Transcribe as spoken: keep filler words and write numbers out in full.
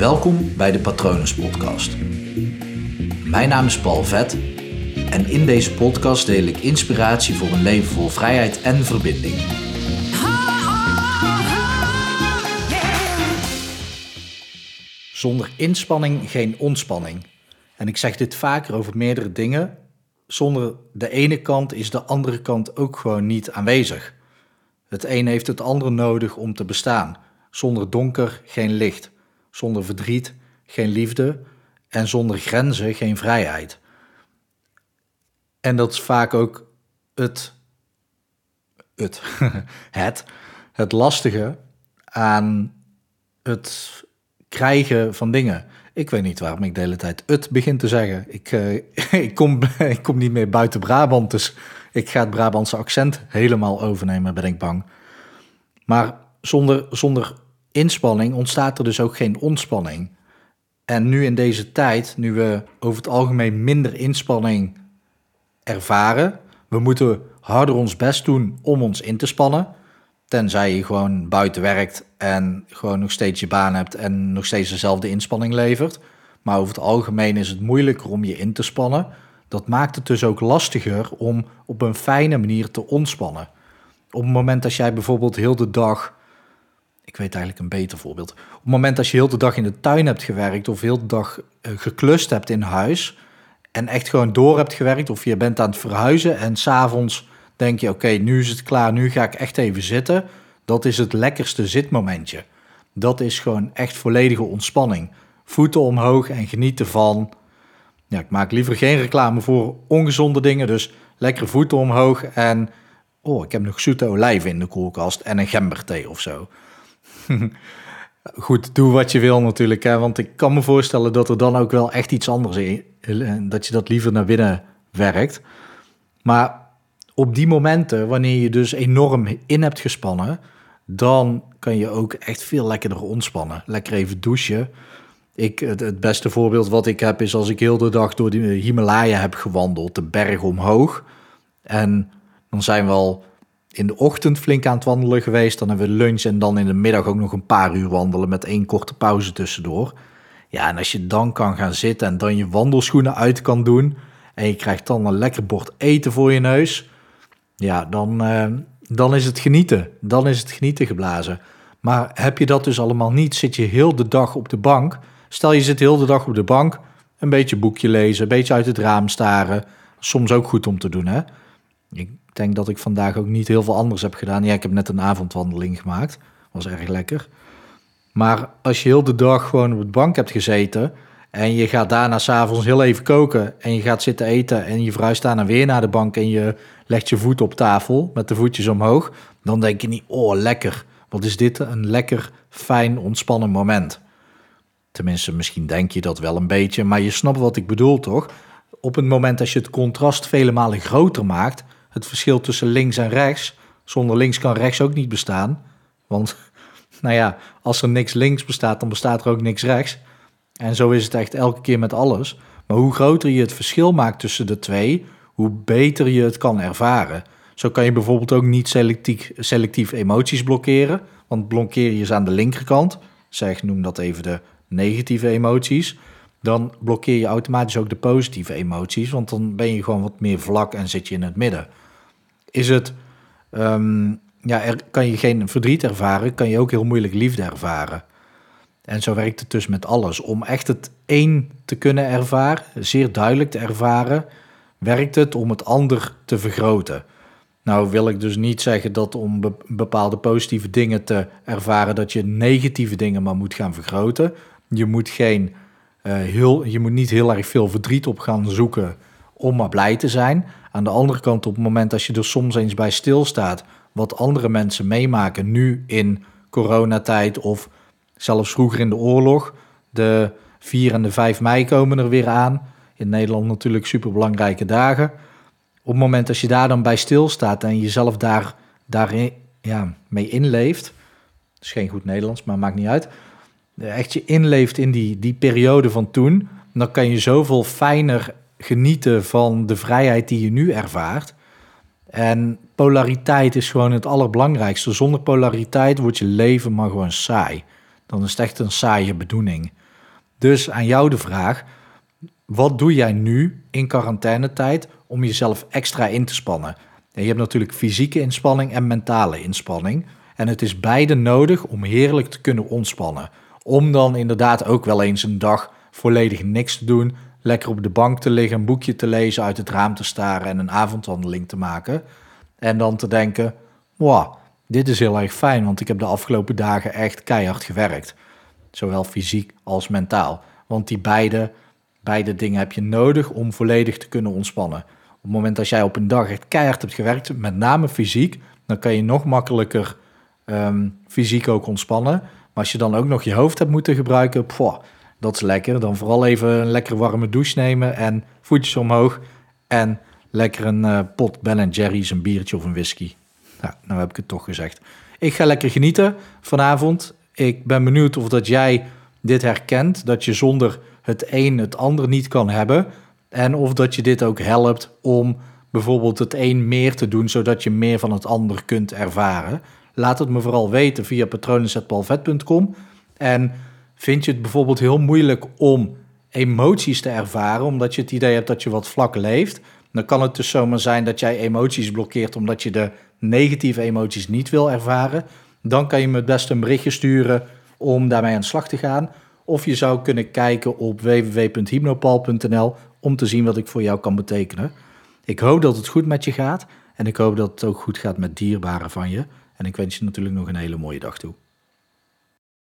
Welkom bij de Patronus Podcast. Mijn naam is Paul Vet en in deze podcast deel ik inspiratie voor een leven vol vrijheid en verbinding. Zonder inspanning geen ontspanning. En ik zeg dit vaker over meerdere dingen. Zonder de ene kant is de andere kant ook gewoon niet aanwezig. Het een heeft het andere nodig om te bestaan. Zonder donker geen licht. Zonder verdriet geen liefde. En zonder grenzen geen vrijheid. En dat is vaak ook het, het, het, het lastige aan het krijgen van dingen. Ik weet niet waarom ik de hele tijd het begin te zeggen. Ik, uh, ik, kom, ik kom niet meer buiten Brabant, dus ik ga het Brabantse accent helemaal overnemen, ben ik bang. Maar zonder, zonder inspanning ontstaat er dus ook geen ontspanning. En nu in deze tijd, nu we over het algemeen minder inspanning ervaren, we moeten harder ons best doen om ons in te spannen, tenzij je gewoon buiten werkt en gewoon nog steeds je baan hebt en nog steeds dezelfde inspanning levert. Maar over het algemeen is het moeilijker om je in te spannen. Dat maakt het dus ook lastiger om op een fijne manier te ontspannen. Op het moment dat jij bijvoorbeeld heel de dag, ik weet eigenlijk een beter voorbeeld. Op het moment dat je heel de dag in de tuin hebt gewerkt of heel de dag uh, geklust hebt in huis en echt gewoon door hebt gewerkt of je bent aan het verhuizen en 's avonds denk je, oké, okay, nu is het klaar, nu ga ik echt even zitten. Dat is het lekkerste zitmomentje. Dat is gewoon echt volledige ontspanning. Voeten omhoog en genieten van, ja, ik maak liever geen reclame voor ongezonde dingen, dus lekkere voeten omhoog en, oh, ik heb nog zoete olijven in de koelkast en een gemberthee of zo. Goed, doe wat je wil natuurlijk, hè, want ik kan me voorstellen dat er dan ook wel echt iets anders is, dat je dat liever naar binnen werkt. Maar op die momenten, wanneer je dus enorm in hebt gespannen, dan kan je ook echt veel lekkerder ontspannen. Lekker even douchen. Ik, het, het beste voorbeeld wat ik heb is als ik heel de dag door de Himalaya heb gewandeld, de berg omhoog. En dan zijn we al in de ochtend flink aan het wandelen geweest. Dan hebben we lunch en dan in de middag ook nog een paar uur wandelen met één korte pauze tussendoor. Ja, en als je dan kan gaan zitten en dan je wandelschoenen uit kan doen en je krijgt dan een lekker bord eten voor je neus, ja, dan, uh, dan is het genieten. Dan is het genieten geblazen. Maar heb je dat dus allemaal niet, zit je heel de dag op de bank. Stel je zit heel de dag op de bank, een beetje boekje lezen, een beetje uit het raam staren. Soms ook goed om te doen, hè. Ik denk dat ik vandaag ook niet heel veel anders heb gedaan. Ja, ik heb net een avondwandeling gemaakt. Was erg lekker. Maar als je heel de dag gewoon op de bank hebt gezeten en je gaat daarna 's avonds heel even koken en je gaat zitten eten en je verhuist daarna weer naar de bank en je legt je voet op tafel met de voetjes omhoog, dan denk je niet, oh lekker, wat is dit een lekker, fijn, ontspannen moment. Tenminste, misschien denk je dat wel een beetje, maar je snapt wat ik bedoel toch? Op het moment dat je het contrast vele malen groter maakt, het verschil tussen links en rechts, zonder links kan rechts ook niet bestaan, want nou ja, als er niks links bestaat, dan bestaat er ook niks rechts. En zo is het echt elke keer met alles. Maar hoe groter je het verschil maakt tussen de twee, hoe beter je het kan ervaren. Zo kan je bijvoorbeeld ook niet selectief, selectief emoties blokkeren, want blokkeer je ze aan de linkerkant, zeg, noem dat even de negatieve emoties, dan blokkeer je automatisch ook de positieve emoties, want dan ben je gewoon wat meer vlak en zit je in het midden. Is het, um, ja, er, kan je geen verdriet ervaren, kan je ook heel moeilijk liefde ervaren. En zo werkt het dus met alles. Om echt het een te kunnen ervaren, zeer duidelijk te ervaren, werkt het om het ander te vergroten. Nou wil ik dus niet zeggen dat om be- bepaalde positieve dingen te ervaren, dat je negatieve dingen maar moet gaan vergroten. Je moet, geen, uh, heel, je moet niet heel erg veel verdriet op gaan zoeken om maar blij te zijn. Aan de andere kant, op het moment dat je er soms eens bij stilstaat, wat andere mensen meemaken nu in coronatijd of zelfs vroeger in de oorlog, de vier en de vijf mei komen er weer aan. In Nederland natuurlijk superbelangrijke dagen. Op het moment dat je daar dan bij stilstaat en jezelf daar, daarin, ja, mee inleeft, dat is geen goed Nederlands, maar maakt niet uit, echt je inleeft in die, die periode van toen, dan kan je zoveel fijner genieten van de vrijheid die je nu ervaart. En polariteit is gewoon het allerbelangrijkste. Zonder polariteit wordt je leven maar gewoon saai. Dan is het echt een saaie bedoeling. Dus aan jou de vraag, wat doe jij nu in quarantainetijd om jezelf extra in te spannen? En je hebt natuurlijk fysieke inspanning en mentale inspanning. En het is beide nodig om heerlijk te kunnen ontspannen. Om dan inderdaad ook wel eens een dag volledig niks te doen, lekker op de bank te liggen, een boekje te lezen, uit het raam te staren en een avondwandeling te maken. En dan te denken, wow, dit is heel erg fijn, want ik heb de afgelopen dagen echt keihard gewerkt. Zowel fysiek als mentaal. Want die beide, beide dingen heb je nodig om volledig te kunnen ontspannen. Op het moment dat jij op een dag echt keihard hebt gewerkt, met name fysiek, dan kan je nog makkelijker um, fysiek ook ontspannen. Maar als je dan ook nog je hoofd hebt moeten gebruiken, pff, dat is lekker. Dan vooral even een lekker warme douche nemen en voetjes omhoog. En lekker een uh, pot Ben en Jerry's, een biertje of een whisky. Nou, nou heb ik het toch gezegd. Ik ga lekker genieten vanavond. Ik ben benieuwd of dat jij dit herkent, dat je zonder het een het ander niet kan hebben. En of dat je dit ook helpt om bijvoorbeeld het een meer te doen, zodat je meer van het ander kunt ervaren. Laat het me vooral weten via patronen apenstaartje paul vet punt com. En vind je het bijvoorbeeld heel moeilijk om emoties te ervaren, omdat je het idee hebt dat je wat vlak leeft, dan kan het dus zomaar zijn dat jij emoties blokkeert omdat je de negatieve emoties niet wil ervaren. Dan kan je me het beste een berichtje sturen om daarmee aan de slag te gaan. Of je zou kunnen kijken op w w w punt hypnopal punt n l om te zien wat ik voor jou kan betekenen. Ik hoop dat het goed met je gaat en ik hoop dat het ook goed gaat met dierbaren van je. En ik wens je natuurlijk nog een hele mooie dag toe.